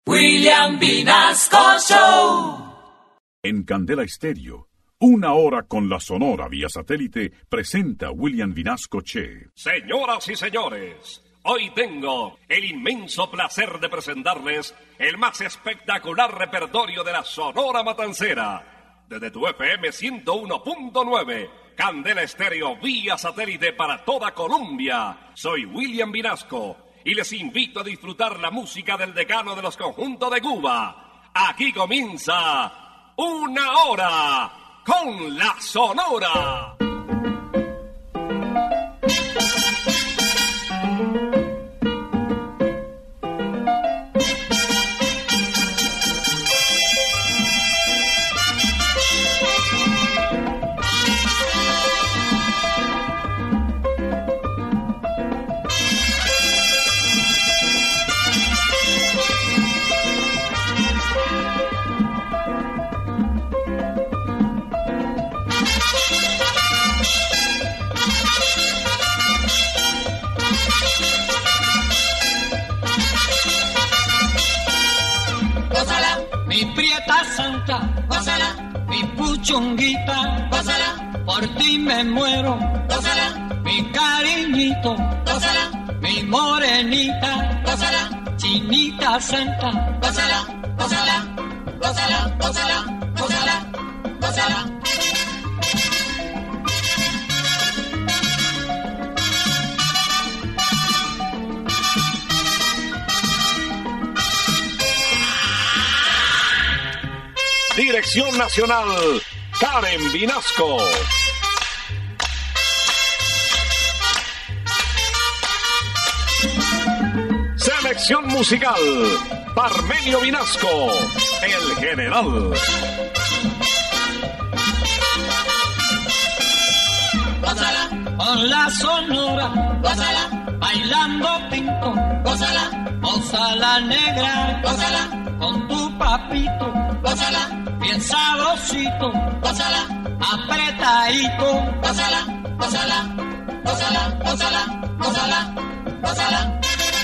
William Vinasco Show. En Candela Estéreo, una hora con la Sonora vía satélite, presenta William Vinasco Che. Señoras y señores, hoy tengo el inmenso placer de presentarles el más espectacular repertorio de la Sonora Matancera. Desde tu FM 101.9, Candela Estéreo vía satélite para toda Colombia. Soy William Vinasco y les invito a disfrutar la música del decano de los conjuntos de Cuba. Aquí comienza Una Hora con la Sonora. Mi prieta santa, gózala, mi puchunguita, gózala, por ti me muero, gózala, mi cariñito, gózala, mi morenita, gózala, chinita santa, gózala, gózala, gózala, gózala, gózala, gózala. Dirección Nacional, Karen Vinasco. Selección musical, Parmenio Vinasco, el general. Gózala, con la Sonora, gózala, bailando pinto, gózala, gózala negra, gózala, con tu papito, gózala, bien sabrosito, gózala, apretadito, gózala, gózala, gózala, gózala, gózala, gózala.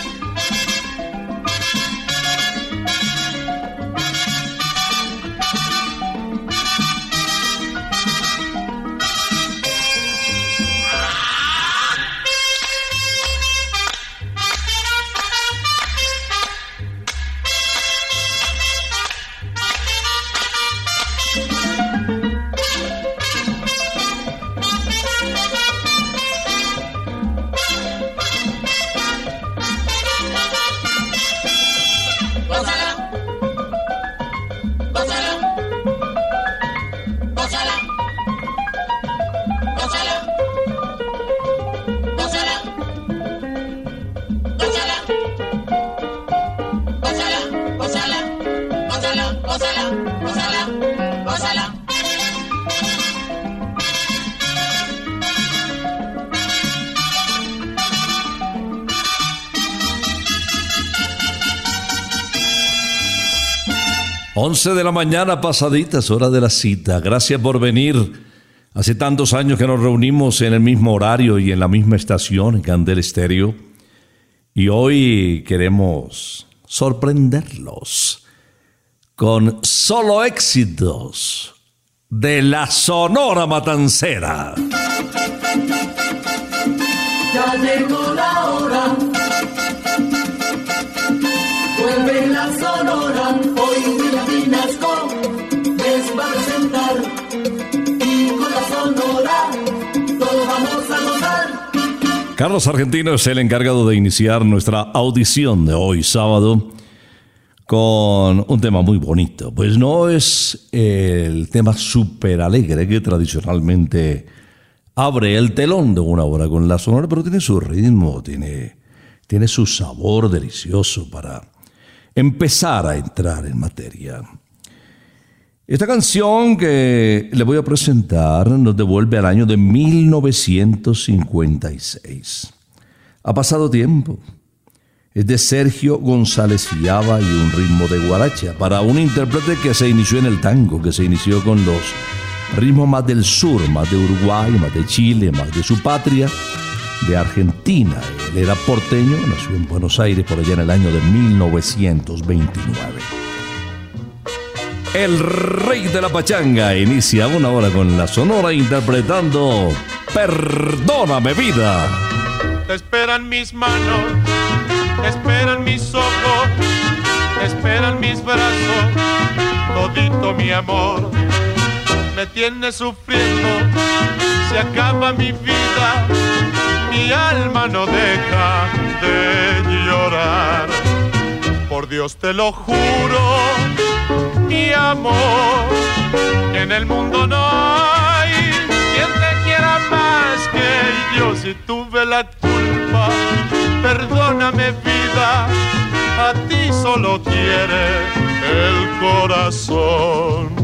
Once de la mañana pasadita, es hora de la cita. Gracias por venir. Hace tantos años que nos reunimos en el mismo horario y en la misma estación, en Candela Estéreo. Y hoy queremos sorprenderlos con solo éxitos de la Sonora Matancera. Ya llegó la hora, vuelve la Sonora, hoy William Vinasco les va a presentar, y con la Sonora todos vamos a gozar. Carlos Argentino es el encargado de iniciar nuestra audición de hoy sábado con un tema muy bonito. Pues no es el tema súper alegre que tradicionalmente abre el telón de una hora con la Sonora, pero tiene su ritmo, tiene su sabor delicioso para empezar a entrar en materia. Esta canción que le voy a presentar nos devuelve al año de 1956. Ha pasado tiempo. Es de Sergio González Fiaba y un ritmo de guaracha para un intérprete que se inició en el tango, que se inició con los ritmos más del sur, más de Uruguay, más de Chile, más de su patria, de Argentina. Él era porteño, nació en Buenos Aires por allá en el año de 1929. El rey de la pachanga inicia una hora con la Sonora interpretando Perdóname vida. Te esperan mis manos, te esperan mis ojos, te esperan mis brazos, todito mi amor. Me tienes sufriendo, se acaba mi vida, mi alma no deja de llorar. Por Dios te lo juro, mi amor, que en el mundo no hay quien te quiera más que yo. Si tuve la culpa, perdóname vida, a ti solo quiere el corazón.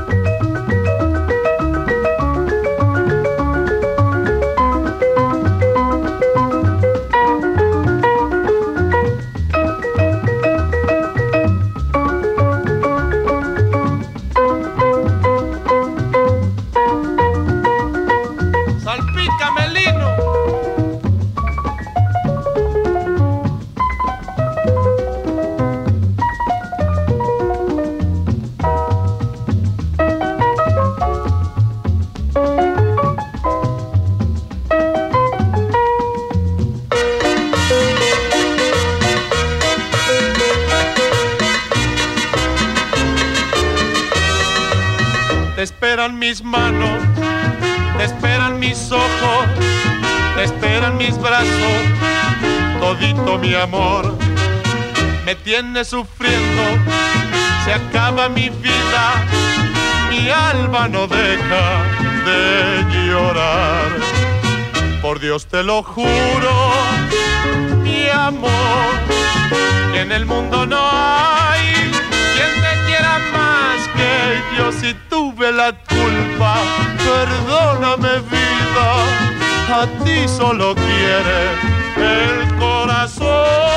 Te esperan mis manos, te esperan mis ojos, te esperan mis brazos, todito mi amor. Me tienes sufriendo, se acaba mi vida, mi alma no deja de llorar. Por Dios te lo juro, mi amor, que en el mundo no hay quien te quiera más que yo. Si tuve la culpa, perdóname vida, a ti solo quiere el corazón.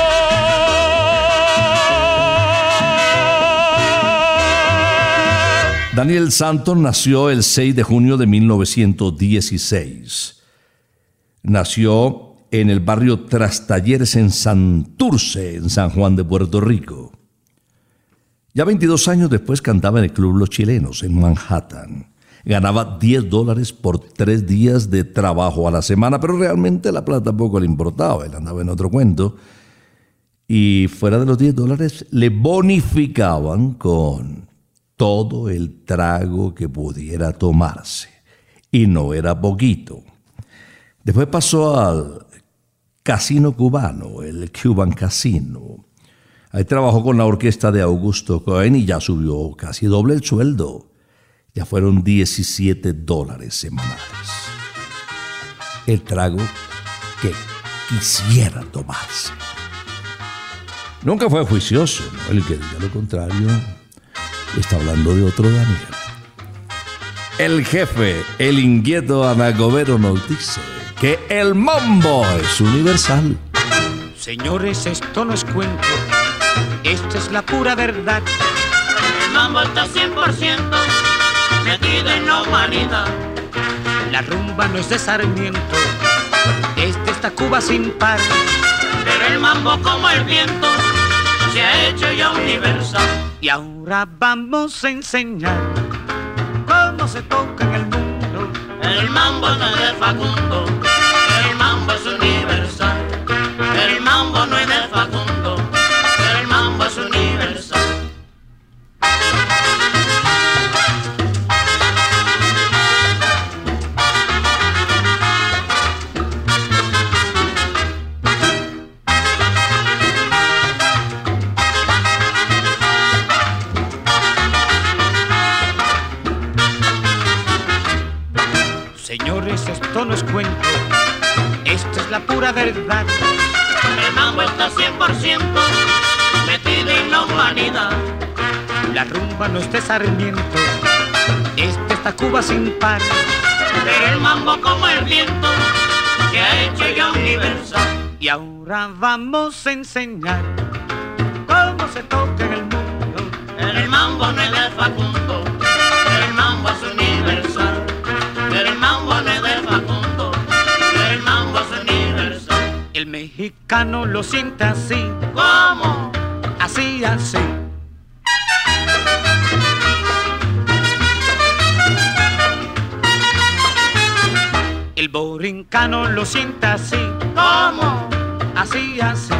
Daniel Santos nació el 6 de junio de 1916. Nació en el barrio Trastalleres en Santurce, en San Juan de Puerto Rico. Ya 22 años después cantaba en el Club Los Chilenos, en Manhattan. Ganaba $10 por 3 días de trabajo a la semana, pero realmente la plata poco le importaba, él andaba en otro cuento. Y fuera de los $10 le bonificaban con todo el trago que pudiera tomarse. Y no era poquito. Después pasó al Casino Cubano, el Cuban Casino. Ahí trabajó con la orquesta de Augusto Cohen y ya subió casi doble el sueldo. Ya fueron $17 semanales. El trago que quisiera tomarse. Nunca fue juicioso, ¿no? El que diga lo contrario está hablando de otro Daniel. El jefe, el inquieto Anacobero, nos dice que el mambo es universal. Señores, esto no es cuento, esta es la pura verdad. El mambo está 100% metido en la humanidad. La rumba no es de Sarmiento, es de esta Cuba sin par. Pero el mambo como el viento se ha hecho ya universal. Y ahora vamos a enseñar cómo se toca en el mundo. El mambo no es de Facundo, el mambo es universal. El mambo no es de Facundo, el mambo es universal. Señores, esto no es cuento, esta es la pura verdad. El mambo está 100% metido en la humanidad. La rumba no es de Sarmiento, es de esta Cuba sin par. Pero el mambo como el viento se ha hecho ya universal. Y ahora vamos a enseñar cómo se toca en el mundo. El mambo no es de Facundo, el mambo es universal. El mambo no es de Facundo, el mambo es universal. borincano lo siente así. ¿Cómo? Así, así. El borincano lo siente así. ¿Cómo? Así, así.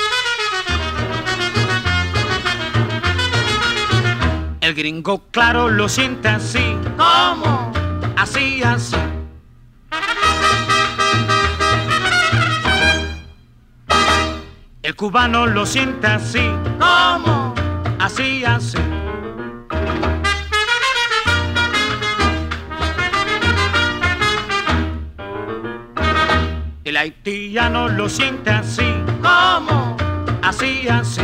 El gringo claro lo siente así. ¿Cómo? Así, así. El cubano lo siente así. ¿Cómo? Así, así. El haitiano lo siente así. ¿Cómo? Así, así.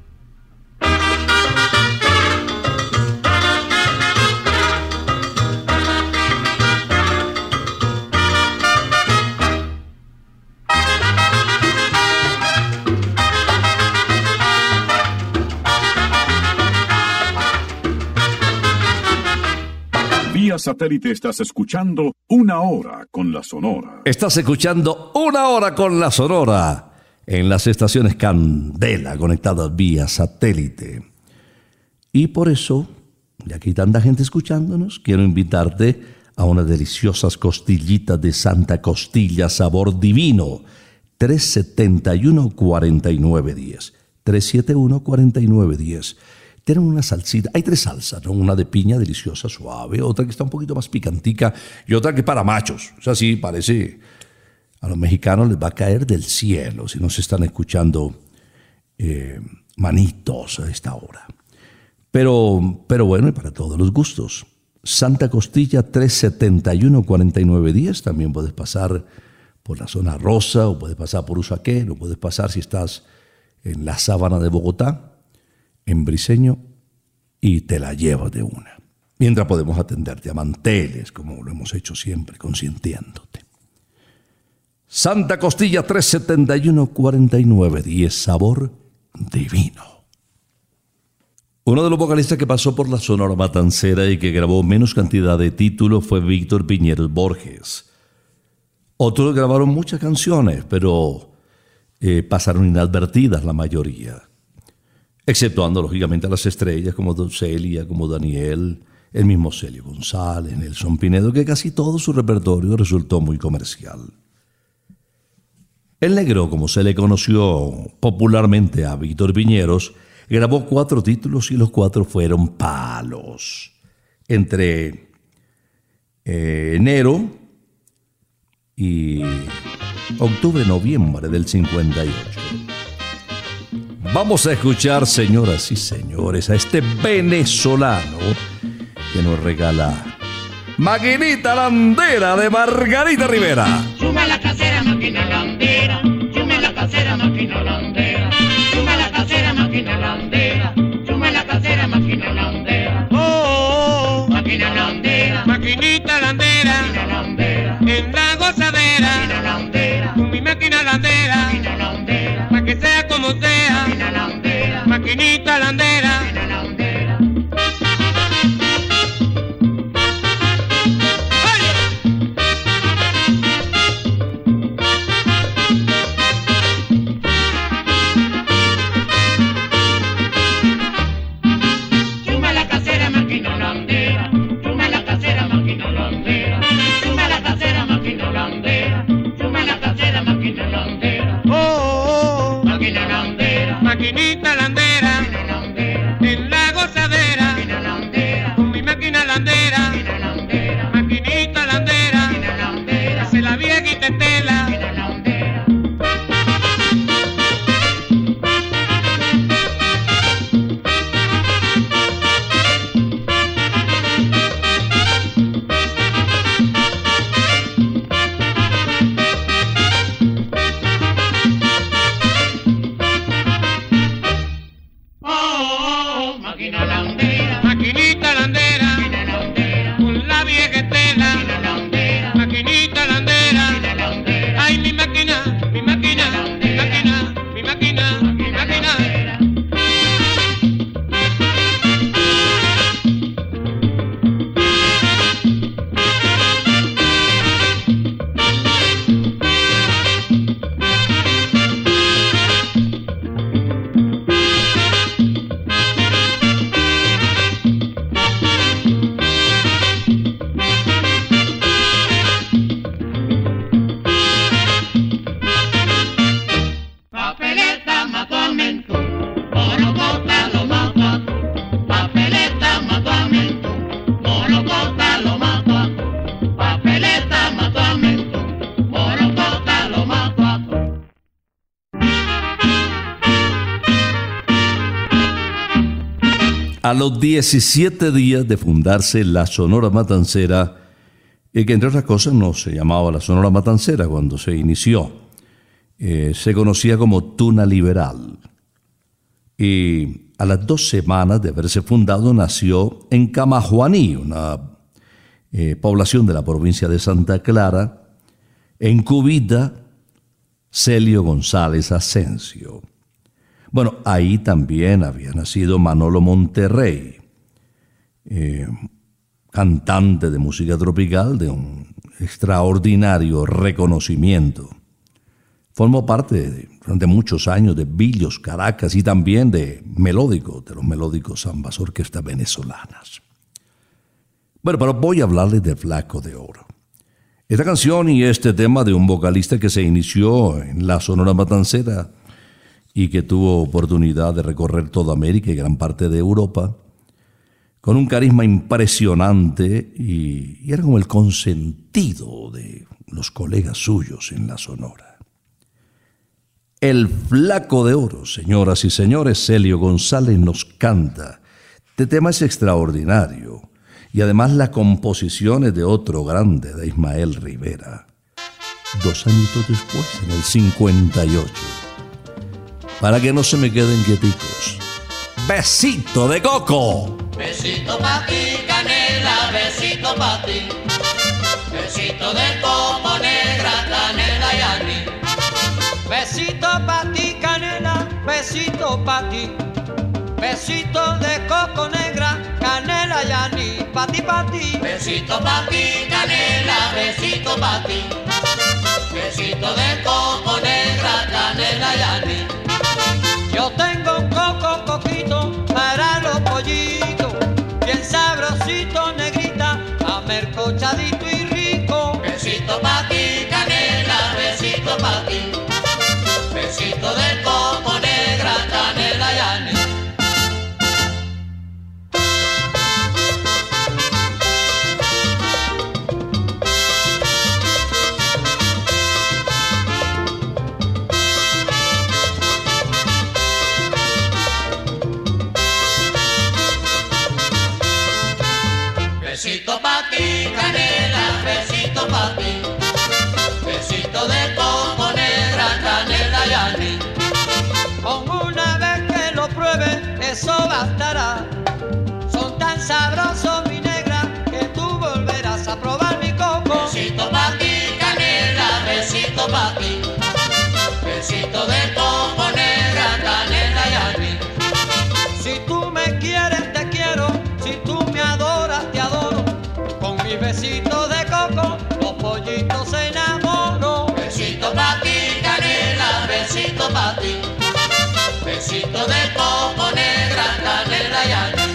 Vía satélite estás escuchando Una Hora con la Sonora. Estás escuchando Una Hora con la Sonora en las estaciones Candela conectadas vía satélite. Y por eso, ya que hay tanta gente escuchándonos, quiero invitarte a unas deliciosas costillitas de Santa Costilla, sabor divino. 371-4910. 371-4910. Tienen una salsita, hay 3 salsas, ¿no? Una de piña deliciosa, suave, otra que está un poquito más picantica y otra que para machos. O sea, sí, parece, a los mexicanos les va a caer del cielo si nos están escuchando manitos a esta hora. Pero bueno, y para todos los gustos. Santa Costilla 371-4910, también puedes pasar por la zona rosa o puedes pasar por Usaquén o puedes pasar si estás en la Sabana de Bogotá, en Briceño, y te la llevas de una. Mientras podemos atenderte a manteles, como lo hemos hecho siempre, consintiéndote. Santa Costilla 371-4910, sabor divino. Uno de los vocalistas que pasó por la Sonora Matancera y que grabó menos cantidad de títulos fue Víctor Piñeros Borges. Otros grabaron muchas canciones, pero pasaron inadvertidas la mayoría. Exceptuando, lógicamente, a las estrellas como Celia, como Daniel, el mismo Celio González, Nelson Pinedo, que casi todo su repertorio resultó muy comercial. El Negro, como se le conoció popularmente a Víctor Piñeros, grabó 4 títulos y los 4 fueron palos. Entre enero y octubre-noviembre del 58. Vamos a escuchar, señoras y señores, a este venezolano que nos regala Maquinita Landera de Margarita Rivera. Suma la casera, máquina landera. Suma la casera, máquina landera. Suma la casera, máquina landera. Suma la casera, máquina landera. Oh, Máquina landera. maquinita landera, Máquina landera. en la gozadera, Máquina landera. con mi máquina landera, Máquina landera. pa' que sea como sea, Máquina landera. maquinita landera. Máquina landera. Suma la casera, máquina landera. Suma la casera, máquina landera. Suma la casera, máquina landera. Suma la casera, máquina landera. Oh, Máquina landera. maquinita landera, Máquina landera. en la gozadera, Máquina landera. con mi máquina landera, Máquina landera. maquinita landera, Máquina landera. se la viejita entela. Máquina landera. Oh, máquina landera. Maquinita landera, Máquina landera. con la vieja estela, Máquina landera. maquinita landera. Máquina landera. Ay, mi máquina, mi máquina, mi máquina, mi máquina, mi máquina. A los 17 días de fundarse la Sonora Matancera, que entre otras cosas no se llamaba la Sonora Matancera cuando se inició, se conocía como Tuna Liberal. Y a las 2 semanas de haberse fundado nació en Camajuaní, una población de la provincia de Santa Clara, en Cubita, Celio González Asensio. Bueno, ahí también había nacido Manolo Monterrey, cantante de música tropical de un extraordinario reconocimiento. Formó parte durante muchos años de Billos, Caracas y también de los melódicos ambas orquestas venezolanas. Bueno, pero voy a hablarles de Flaco de Oro. Esta canción y este tema de un vocalista que se inició en la Sonora Matancera y que tuvo oportunidad de recorrer toda América y gran parte de Europa, con un carisma impresionante y era como el consentido de los colegas suyos en la Sonora. El Flaco de Oro, señoras y señores, Celio González nos canta. Este tema es extraordinario y además la composición es de otro grande, de Ismael Rivera. 2 añitos después, en el 58. Para que no se me queden quieticos. ¡Besito de coco! Besito pa' ti, canela, besito pa' ti. Besito de coco, negra, canela y anís. Besito pa' ti, canela, besito pa' ti. Besito de coco, negra, canela y anís. Pa' ti, pa' ti. Besito pa' ti, canela, besito pa' ti. Besito de coco, negra, canela y anís. Yo tengo un coco coquito para los pollitos, bien sabrosito, negrita, amercochadito y rico. Besito pa' ti, canela, besito pa' ti. Besito de coco, negra, canela y anís. Besito pa' ti, canela, besito pa' ti. Besito de coco, negra, canela y anís. Con una vez que lo pruebes, eso bastará. Son tan sabrosos, mi negra, que tú volverás a probar mi coco. Besito pa' ti, canela, besito pa' ti. Besito de coco, negra, canela y anís. Si tú me quieres, te quiero. Si tú me adoras, te adoro. Con mi besito de coco, los pollitos se enamoran. Besito pa' ti, canela, besito pa' ti. Besito de coco, negra, canela y anís.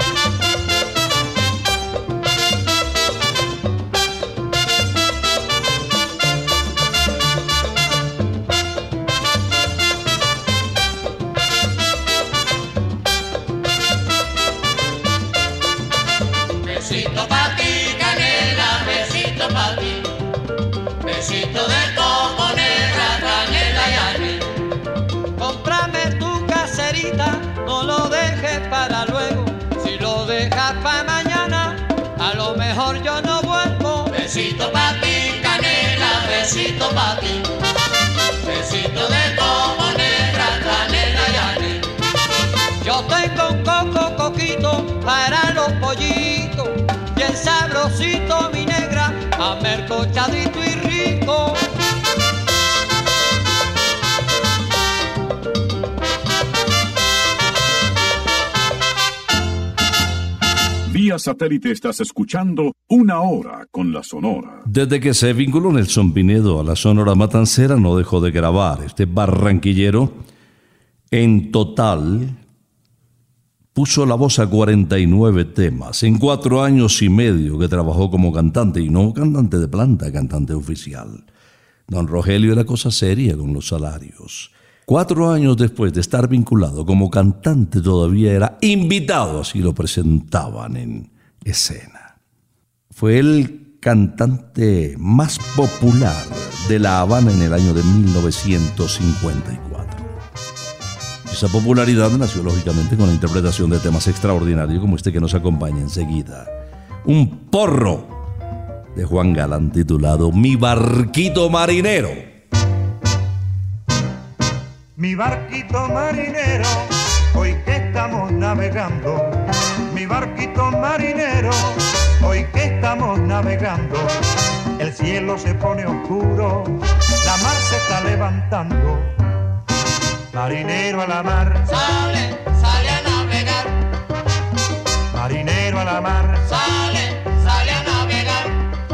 Besito pa' ti, canela, besito pa' ti. Besito de coco, negra, canela y anís. Cómprame tu caserita, no lo dejes para luego. Si lo dejas para mañana, a lo mejor yo no vuelvo. Besito pa' ti, canela, besito pa' ti. Besito de coco, negra, canela y anís. Yo tengo un coco coquito para los pollitos, bien sabrosito, mi negra, amercochadito y rico. Vía satélite estás escuchando Una Hora con la Sonora. Desde que se vinculó Nelson Pinedo a la Sonora Matancera, no dejó de grabar. Este barranquillero, en total, puso la voz a 49 temas. En 4 años y medio que trabajó como cantante, y no cantante de planta, cantante oficial. Don Rogelio era cosa seria con los salarios. 4 años después de estar vinculado como cantante, todavía era invitado, así lo presentaban en escena. Fue el cantante más popular de La Habana en el año de 1954. esa popularidad nació lógicamente con la interpretación de temas extraordinarios como este que nos acompaña enseguida. Un porro de Juan Galán titulado Mi barquito marinero. Mi barquito marinero, hoy que estamos navegando. Mi barquito marinero, hoy que estamos navegando. El cielo se pone oscuro, la mar se está levantando. Marinero a la mar, Sale, sale a navegar. marinero a la mar, Sale, sale a navegar.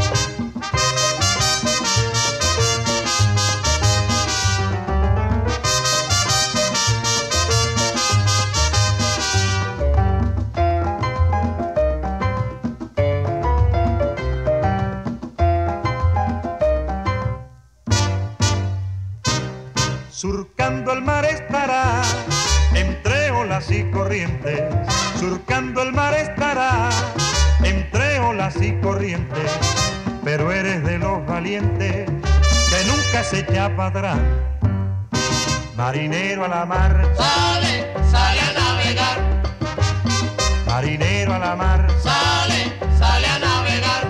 surcando el mar estará, entre olas y corrientes. Surcando el mar estará, entre olas y corrientes. Pero eres de los valientes que nunca se echa para atrás. Marinero a la mar, Sale, sale a navegar. marinero a la mar, Sale, sale a navegar.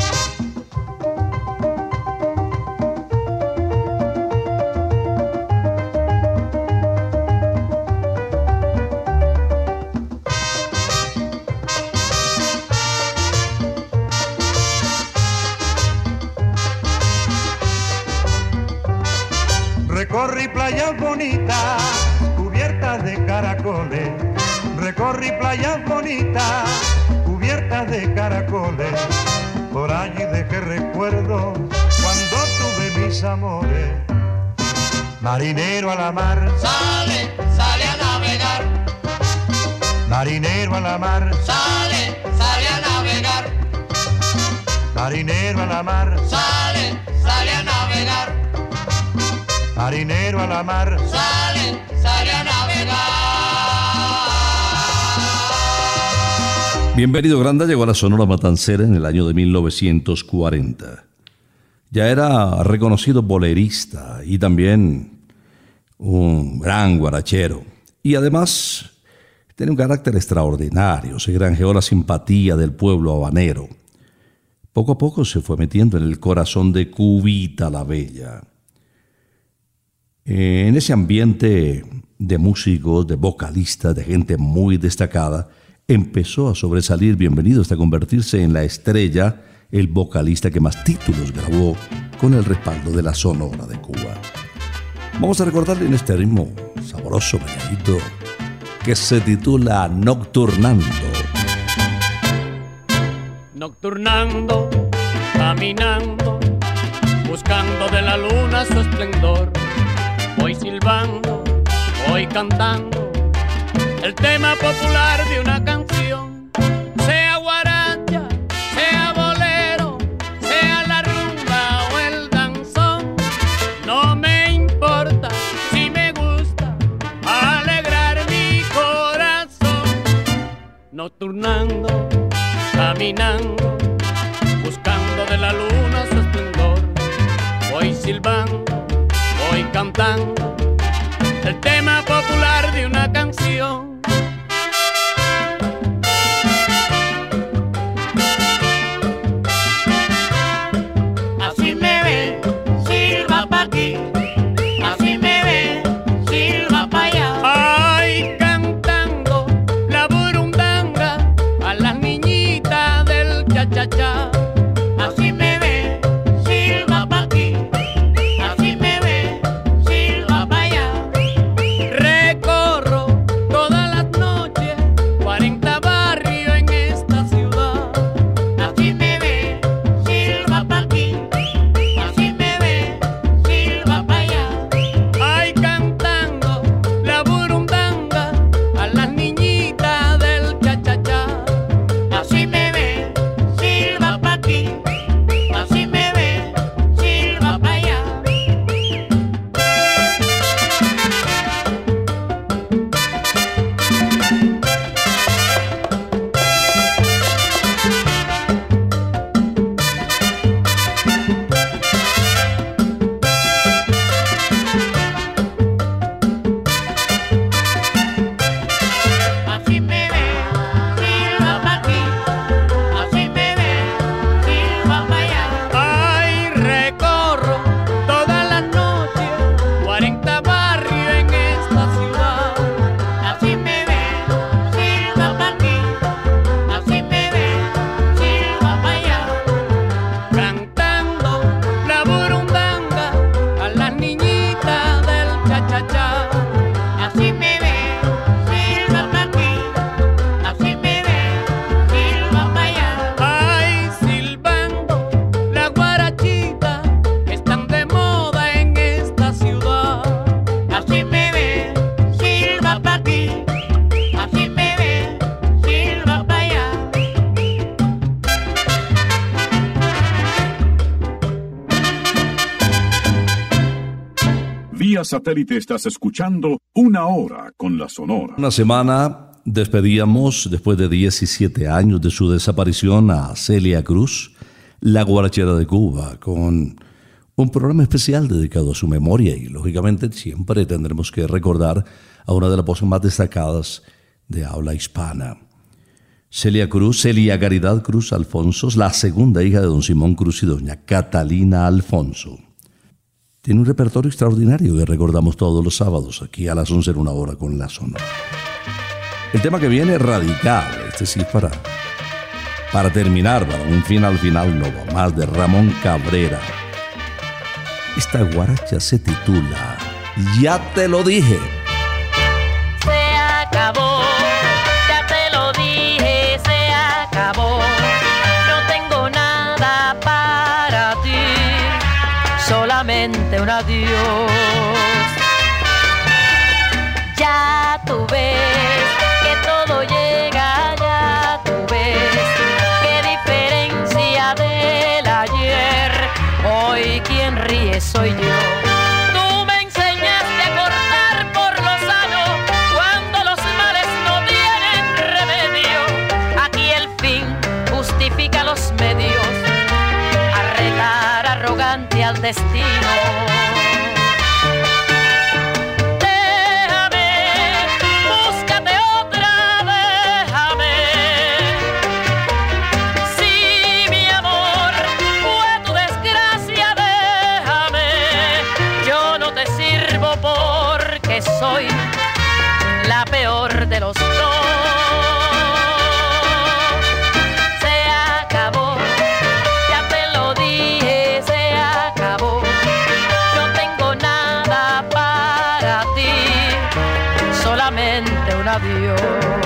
recorrí playas bonitas, cubiertas de caracoles. Recorrí playas bonitas, cubiertas de caracoles. Por allí dejé recuerdo cuando tuve mis amores. Marinero a la mar, Sale, sale a navegar. marinero a la mar, Sale, sale a navegar. marinero a la mar, Sale, sale a navegar. marinero a la mar. Sale, sale a navegar. Bienvenido Granda llegó a la Sonora Matancera en el año de 1940. Ya era reconocido bolerista y también un gran guarachero. Y además tenía un carácter extraordinario, se granjeó la simpatía del pueblo habanero. Poco a poco se fue metiendo en el corazón de Cubita la Bella. En ese ambiente de músicos, de vocalistas, de gente muy destacada, empezó a sobresalir, bienvenido hasta convertirse en la estrella, el vocalista que más títulos grabó con el respaldo de la Sonora de Cuba. Vamos a recordarle en este ritmo sabroso, pegadito, que se titula Nocturnando. Nocturnando, caminando, buscando de la luna su esplendor. Voy silbando, voy cantando el tema popular de una canción. Sea guaracha, sea bolero, sea la rumba o el danzón. No me importa si me gusta alegrar mi corazón. Nocturnando, caminando, buscando de la luna su esplendor. Voy silbando, voy cantando el tema popular de una canción. Así me ve, silba pa' aquí. Así me ve, silba pa' allá. Ay, cantando la burundanga a las niñitas del cha-cha-cha. Así me ve, silba pa' aquí. Así me ve, silba pa' allá. Recorro toda la satélite estás escuchando Una Hora con la Sonora. Una semana despedíamos, después de 17 años de su desaparición, a Celia Cruz, la guarachera de Cuba, con un programa especial dedicado a su memoria y, lógicamente, siempre tendremos que recordar a una de las voces más destacadas de habla hispana. Celia Cruz, Celia Caridad Cruz Alfonso, la segunda hija de don Simón Cruz y doña Catalina Alfonso. Tiene un repertorio extraordinario que recordamos todos los sábados, aquí a las 11 en Una Hora con la Sonora. El tema que viene es radical, sí, para terminar, para un final no va más, de Ramón Cabrera. Esta guaracha se titula Ya te lo dije. Se acabó, ya te lo dije, se acabó. No tengo nada para ti, solamente un adiós. Ya tú ves que todo llega, ya tú ves qué diferencia del ayer. Hoy quien ríe soy yo. Tú me enseñaste a cortar por lo sano cuando los males no tienen remedio. Aquí el fin justifica los medios, a retar arrogante al destino. Soy la peor de los dos. Se acabó, ya te lo dije, se acabó. No tengo nada para ti, solamente un adiós.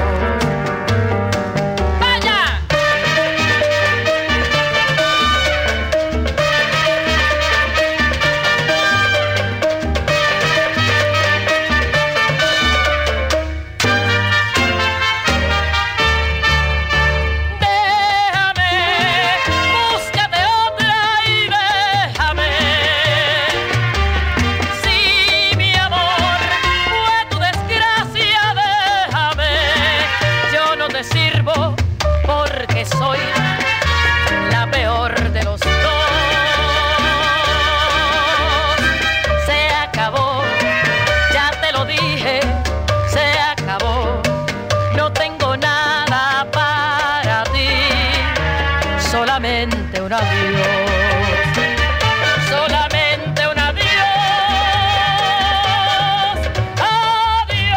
Solamente un adiós, solamente un adiós, adiós.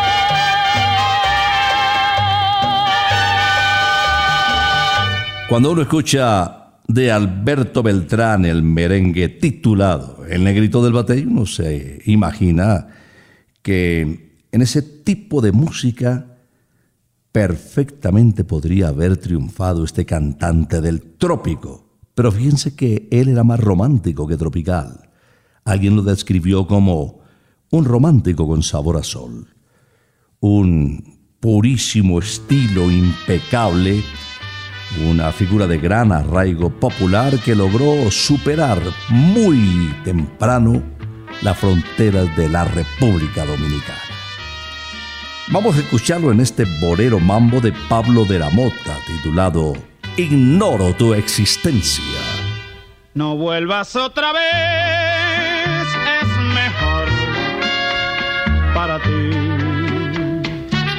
Cuando uno escucha de Alberto Beltrán el merengue titulado El Negrito del Batey, uno se imagina que en ese tipo de música perfectamente podría haber triunfado este cantante del trópico. Pero fíjense que él era más romántico que tropical. Alguien lo describió como un romántico con sabor a sol. Un purísimo estilo impecable. Una figura de gran arraigo popular que logró superar muy temprano las fronteras de la República Dominicana. Vamos a escucharlo en este bolero mambo de Pablo de la Mota, titulado Ignoro tu existencia. No vuelvas otra vez, es mejor para ti.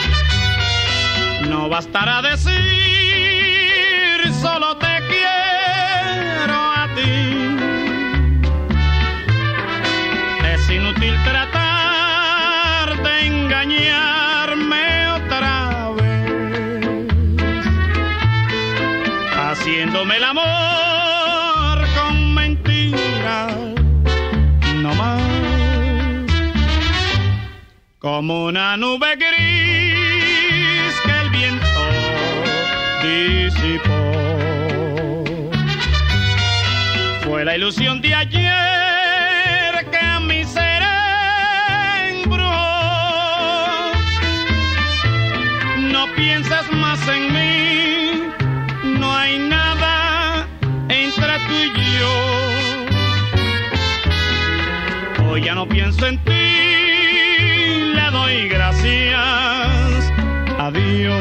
No bastará decir solo te quiero a ti. Es inútil tratar de engañar haciéndome el amor con mentiras, no más. Como una nube gris que el viento disipó. Fue la ilusión de ayer que a mi ser embrujó. No pienses más en mí, no hay nada entre tú y yo. Hoy ya no pienso en ti, le doy gracias a Dios.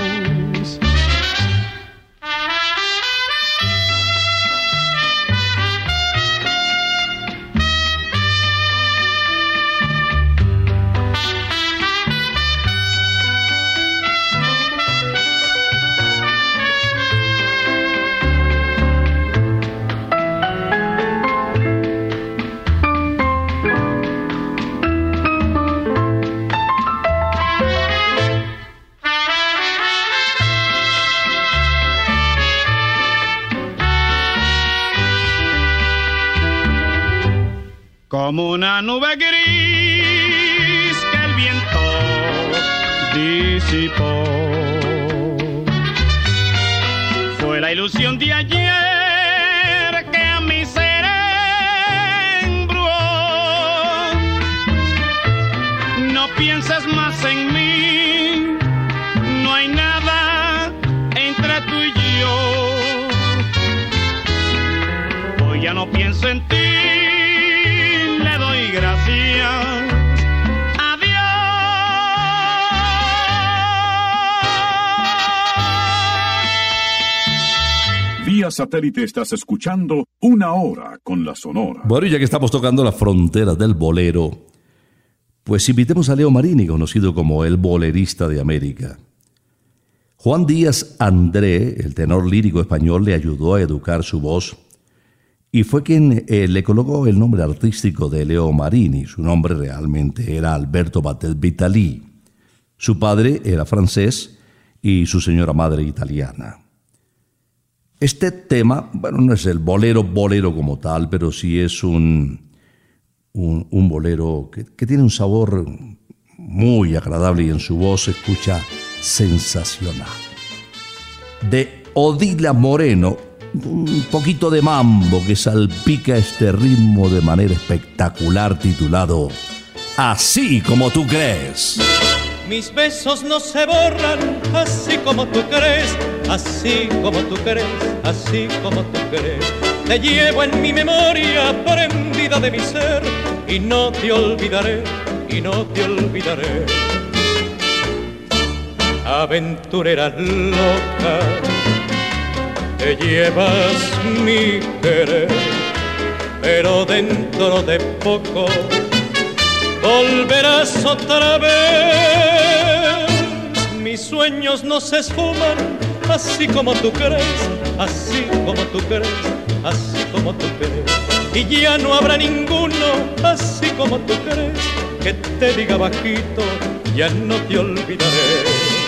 Como una nube gris que el viento disipó. Fue la ilusión de ayer que a mi ser embrujó. No pienses más en mí, no hay nada entre tú y yo. Hoy ya no pienso en ti, gracias a Dios. Vía satélite estás escuchando Una Hora con la Sonora. Bueno, ya que estamos tocando la frontera del bolero, pues invitemos a Leo Marini, conocido como el bolerista de América. Juan Díaz André, el tenor lírico español, le ayudó a educar su voz y fue quien le colocó el nombre artístico de Leo Marini. Su nombre realmente era Alberto Batet Vitali. Su padre era francés y su señora madre italiana. Este tema, bueno, no es el bolero como tal, pero sí es un bolero que tiene un sabor muy agradable y en su voz se escucha sensacional. De Odila Moreno, un poquito de mambo que salpica este ritmo de manera espectacular, titulado Así como tú crees. Mis besos no se borran, así como tú crees, así como tú crees, así como tú crees. Te llevo en mi memoria prendida de mi ser y no te olvidaré, y no te olvidaré. Aventurera loca, te llevas mi querer, pero dentro de poco volverás otra vez. Mis sueños no se esfuman, así como tú crees, así como tú crees, así como tú crees. Y ya no habrá ninguno, así como tú crees, que te diga bajito, ya no te olvidaré.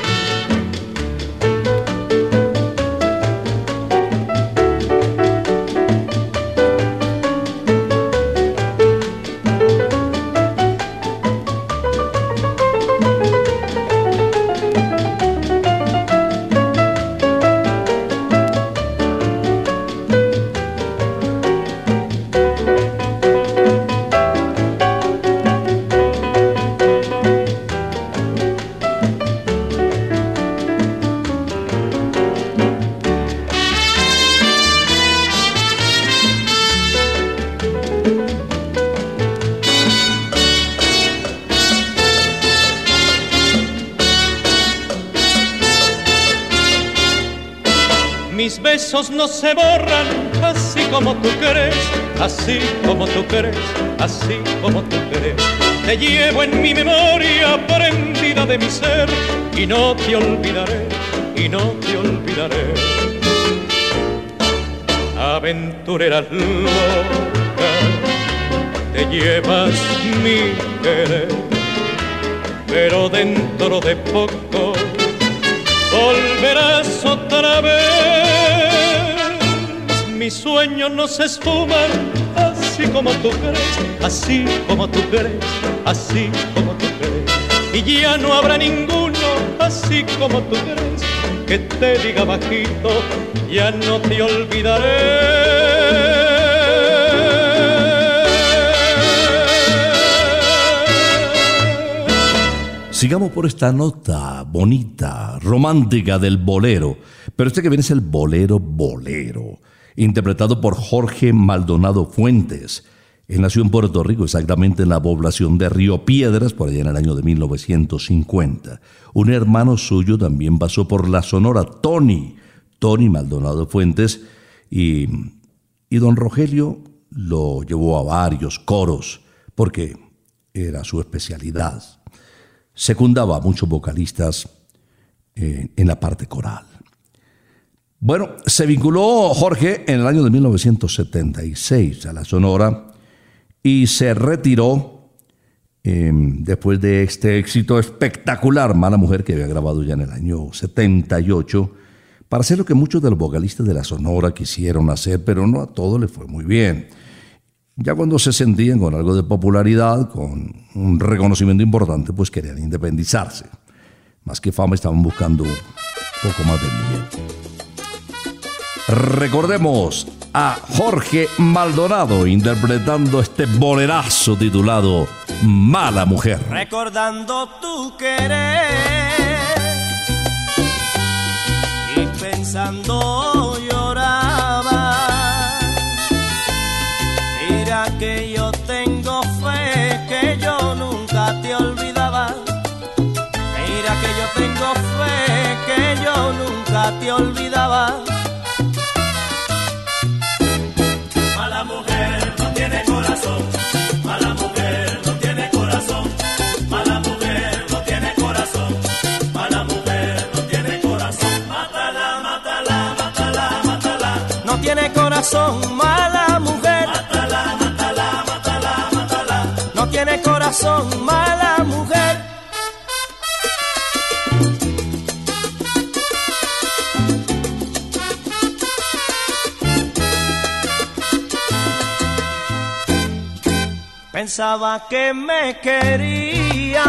Mis besos no se borran, así como tú crees, así como tú crees, así como tú crees. Te llevo en mi memoria prendida de mi ser y no te olvidaré, y no te olvidaré. Aventurera loca, te llevas mi querer, pero dentro de poco volverás otra vez. Mis sueños no se esfuman, así como tú crees, así como tú crees, así como tú crees. Y ya no habrá ninguno, así como tú crees, que te diga bajito, ya no te olvidaré. Sigamos por esta nota bonita, romántica del bolero. Pero este que viene es el bolero, interpretado por Jorge Maldonado Fuentes. Él nació en Puerto Rico, exactamente en la población de Río Piedras, por allá en el año de 1950. Un hermano suyo también pasó por la Sonora, Tony Maldonado Fuentes, y don Rogelio lo llevó a varios coros, porque era su especialidad. Secundaba a muchos vocalistas en la parte coral. Bueno, se vinculó Jorge en el año de 1976 a la Sonora y se retiró después de este éxito espectacular, Mala Mujer, que había grabado ya en el año 78, para hacer lo que muchos de los vocalistas de la Sonora quisieron hacer, pero no a todos les fue muy bien. Ya cuando se sentían con algo de popularidad, con un reconocimiento importante, pues querían independizarse. Más que fama, estaban buscando un poco más de billete. Recordemos a Jorge Maldonado interpretando este bolerazo titulado Mala Mujer. Recordando tu querer y pensando lloraba. Mira que yo tengo fe, que yo nunca te olvidaba. Mira que yo tengo fe, que yo nunca te olvidaba. Mala mujer no tiene corazón, mala mujer no tiene corazón, mala mujer no tiene corazón, mala mujer no tiene corazón. Mátala, mátala, mátala, mátala. No tiene corazón, mala mujer. Mátala, mátala, mátala, mátala. No tiene corazón, mala mujer. Pensaba que me querías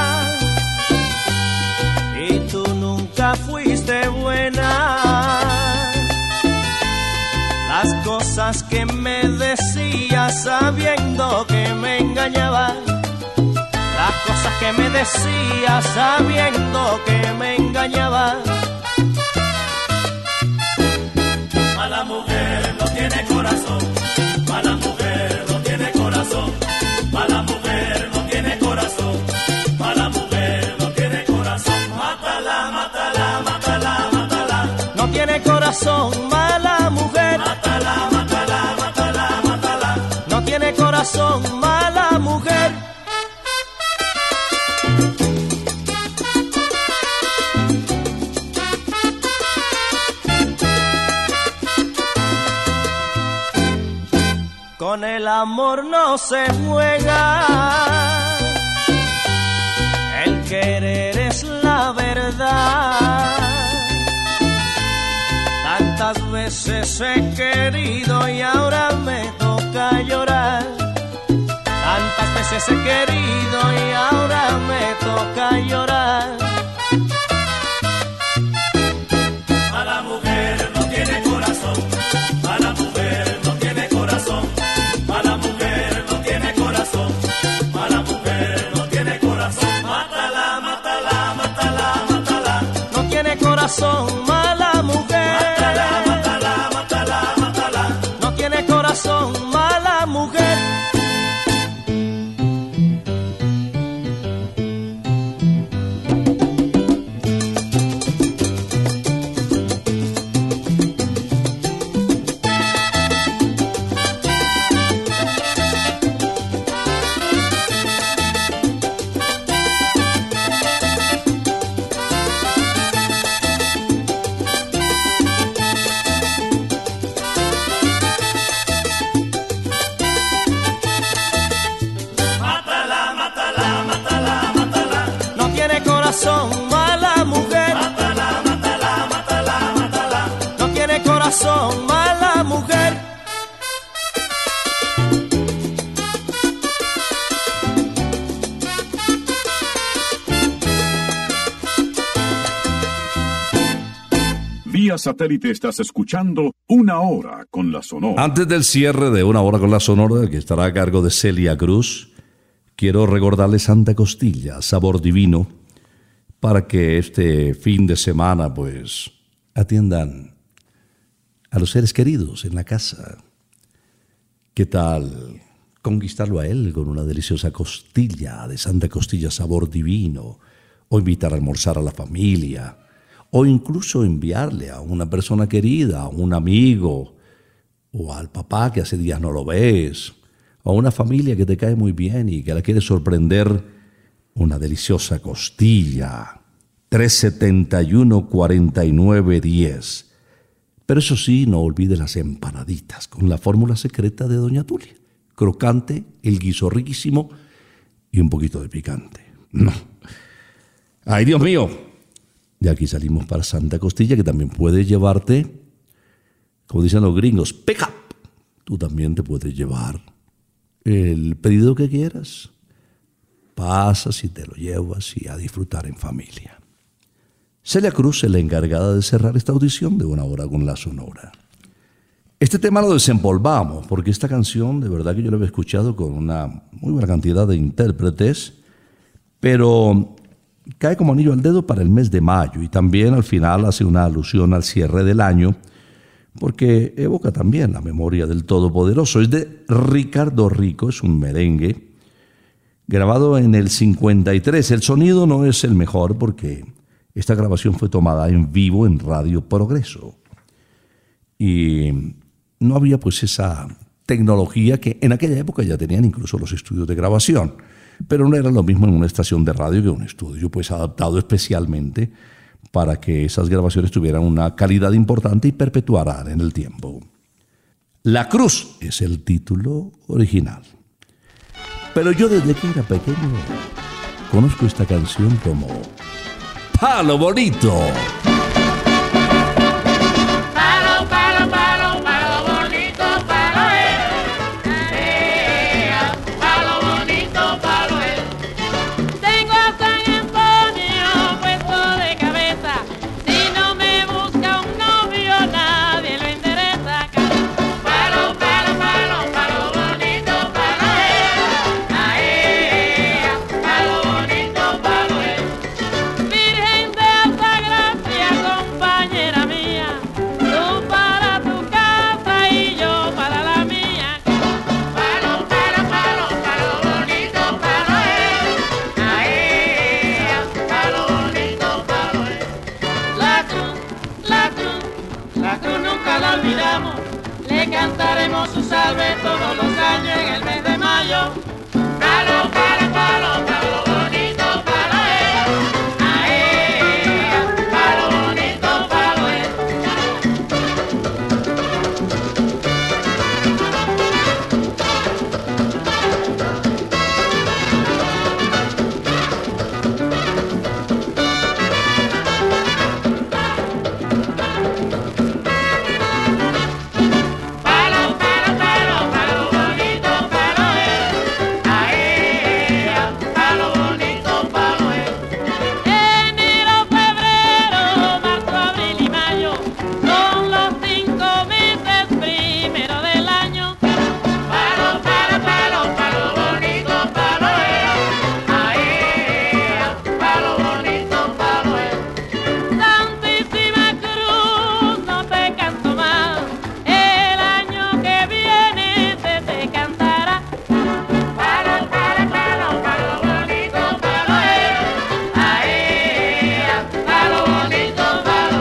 y tú nunca fuiste buena. Las cosas que me decías sabiendo que me engañabas. Las cosas que me decías sabiendo que me engañabas. Mala mujer no tiene corazón, mala mujer no tiene corazón. Mala mujer no tiene corazón, mala mujer no tiene corazón. Mátala, mátala, mátala, mátala. No tiene corazón, mala mujer. Mátala, mátala, mátala, mátala. No tiene corazón, mala mujer. Con el amor no se juega, el querer es la verdad. Tantas veces he querido y ahora me toca llorar. Tantas veces he querido y ahora me toca llorar. Mala mujer no tiene corazón, mala mujer no tiene corazón. Mala mujer no tiene corazón, mala mujer no tiene corazón. Mátala, mátala, mátala, mátala. No tiene corazón, mala mujer. Mátala, mátala, mátala, mátala. No tiene corazón, mala mujer. Mala mujer. Mátala, mátala, mátala, mátala. No tiene corazón, mala mujer. Vía satélite estás escuchando Una Hora con la Sonora. Antes del cierre de Una Hora con la Sonora, que estará a cargo de Celia Cruz, quiero recordarle Santa Costilla, sabor divino, para que este fin de semana pues atiendan a los seres queridos en la casa. ¿Qué tal conquistarlo a él con una deliciosa costilla de Santa Costilla sabor divino, o invitar a almorzar a la familia, o incluso enviarle a una persona querida, a un amigo, o al papá que hace días no lo ves, o a una familia que te cae muy bien y que la quiere sorprender, una deliciosa costilla. 371-4910. Pero eso sí, no olvides las empanaditas con la fórmula secreta de Doña Tulia. Crocante, el guiso riquísimo y un poquito de picante. No. ¡Ay, Dios mío! De aquí salimos para Santa Costilla, que también puedes llevarte, como dicen los gringos, pick up. Tú también te puedes llevar el pedido que quieras. Pasas y te lo llevas y a disfrutar en familia. Celia Cruz es la encargada de cerrar esta audición de Una Hora con la Sonora. Este tema lo desempolvamos porque esta canción de verdad que yo la había escuchado con una muy buena cantidad de intérpretes, pero cae como anillo al dedo para el mes de mayo y también al final hace una alusión al cierre del año porque evoca también la memoria del Todopoderoso. Es de Ricardo Rico, es un merengue grabado en el 53. El sonido no es el mejor porque esta grabación fue tomada en vivo en Radio Progreso. Y no había pues esa tecnología que en aquella época ya tenían incluso los estudios de grabación. Pero no era lo mismo en una estación de radio que un estudio pues adaptado especialmente para que esas grabaciones tuvieran una calidad importante y perpetuaran en el tiempo. La Cruz es el título original. Pero yo desde que era pequeño conozco esta canción como Palo Bonito. Palo, palo, palo, palo bonito, palo palo bonito, palo Tengo a San Antonio puesto de cabeza. Si no me busca un novio, nadie lo endereza. Palo, palo, palo, palo bonito, palo palo bonito, palo Virgen de Altagracia, compañera mía, tú para tu casa y yo para la mía. Palo, palo, palo, palo bonito, palo palo bonito, palo la cruz nunca la olvidamos. Le cantaremos su salve todos los años en el mes de mayo. Palo, palo, palo, palo bonito, palo palo bonito, palo Palo, palo, palo, palo bonito, palo palo bonito, palo Enero, febrero, marzo, abril y mayo son los 5 meses primero del año. Palo, palo, palo, palo bonito, palo palo bonito, palo Santísima Cruz, no te canto más. El año que viene se te cantará. Palo, palo, palo, palo bonito, palo palo bonito, palo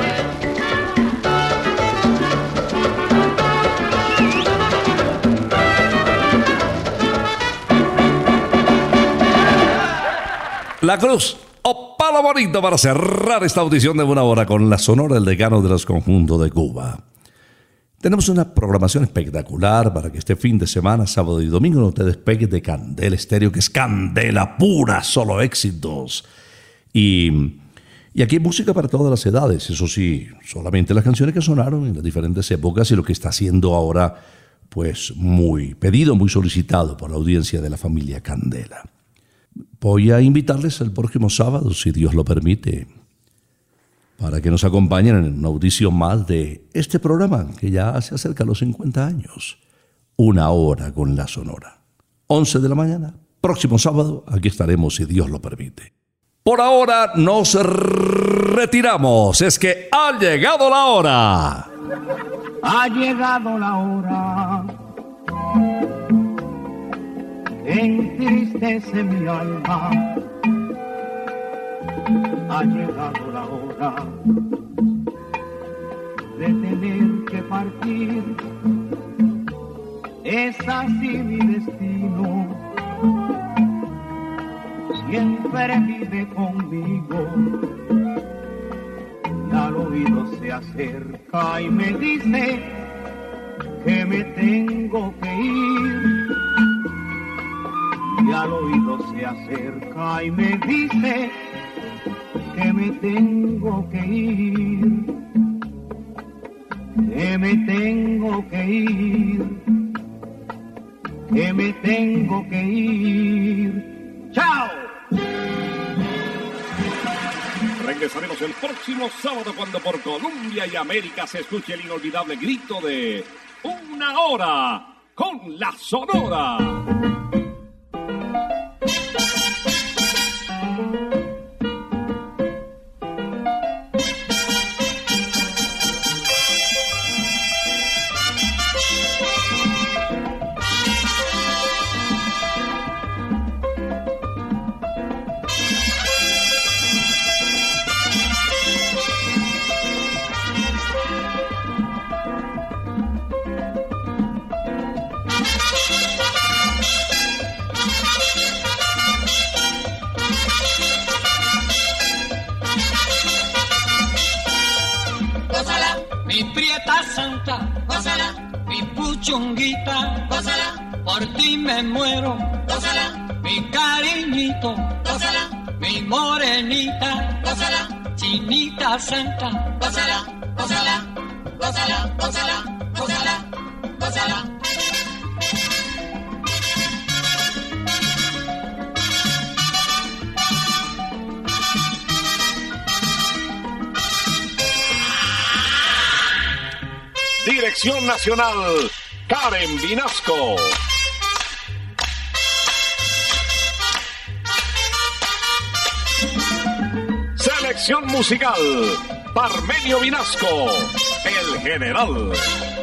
La Cruz o Palo Bonito para cerrar esta audición de Una Hora con la Sonora, el decano de los conjuntos de Cuba. Tenemos una programación espectacular para que este fin de semana, sábado y domingo, no te despegues de Candela Estéreo, que es candela pura, solo éxitos. Y aquí hay música para todas las edades, eso sí, solamente las canciones que sonaron en las diferentes épocas y lo que está siendo ahora, pues muy pedido, muy solicitado por la audiencia de la familia Candela. Voy a invitarles el próximo sábado, si Dios lo permite, para que nos acompañen en una audición más de este programa que ya se acerca a los 50 años. Una Hora con la Sonora. 11 de la mañana, próximo sábado, aquí estaremos si Dios lo permite. Por ahora nos retiramos, es que ha llegado la hora. Ha llegado la hora entristece mi alma. Ha llegado la hora de tener que partir. Es así mi destino, siempre vive conmigo. Y al oído se acerca y me dice que me tengo que ir. Y al oído se acerca y me dice que me tengo que ir. Que me tengo que ir. Que me tengo que ir. ¡Chao! Regresaremos el próximo sábado cuando por Colombia y América se escuche el inolvidable grito de Una Hora con la Sonora. Mi prieta santa, gózala, mi puchunguita, gózala, por ti me muero, gózala, mi cariñito, gózala, mi morenita, gózala, chinita santa, gózala, gózala, gózala, gózala, gózala, gózala. Dirección Nacional, Karen Vinasco. Selección musical, Parmenio Vinasco, el general.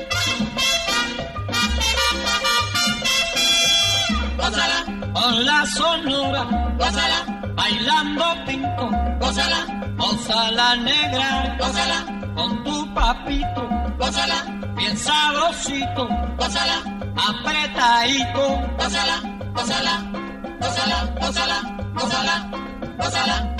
Gózala, con la sonora, gózala, bailando tinto, gózala, gózala negra, gózala, con tu papito, gózala, bien sabrosito, gózala, apretadito, gózala, gózala, gózala, gózala, gózala, gózala.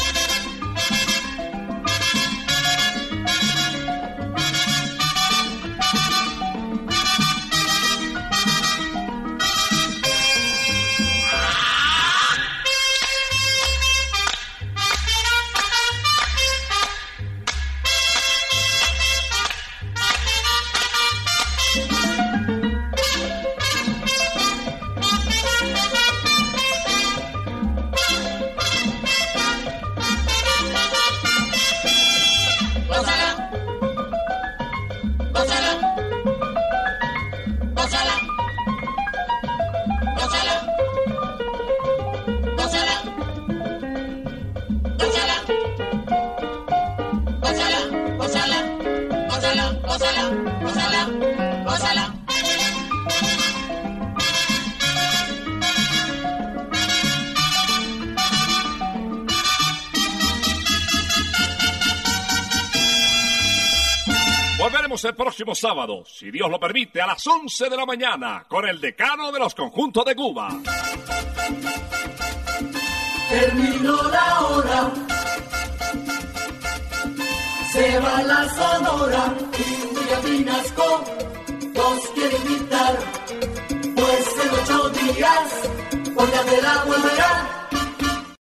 Volveremos el próximo sábado, si Dios lo permite, a las 11 de la mañana, con el decano de los conjuntos de Cuba. Terminó la hora, se va la Sonora y William Vinasco nos quiere invitar, pues en 8 días por Candela volverá.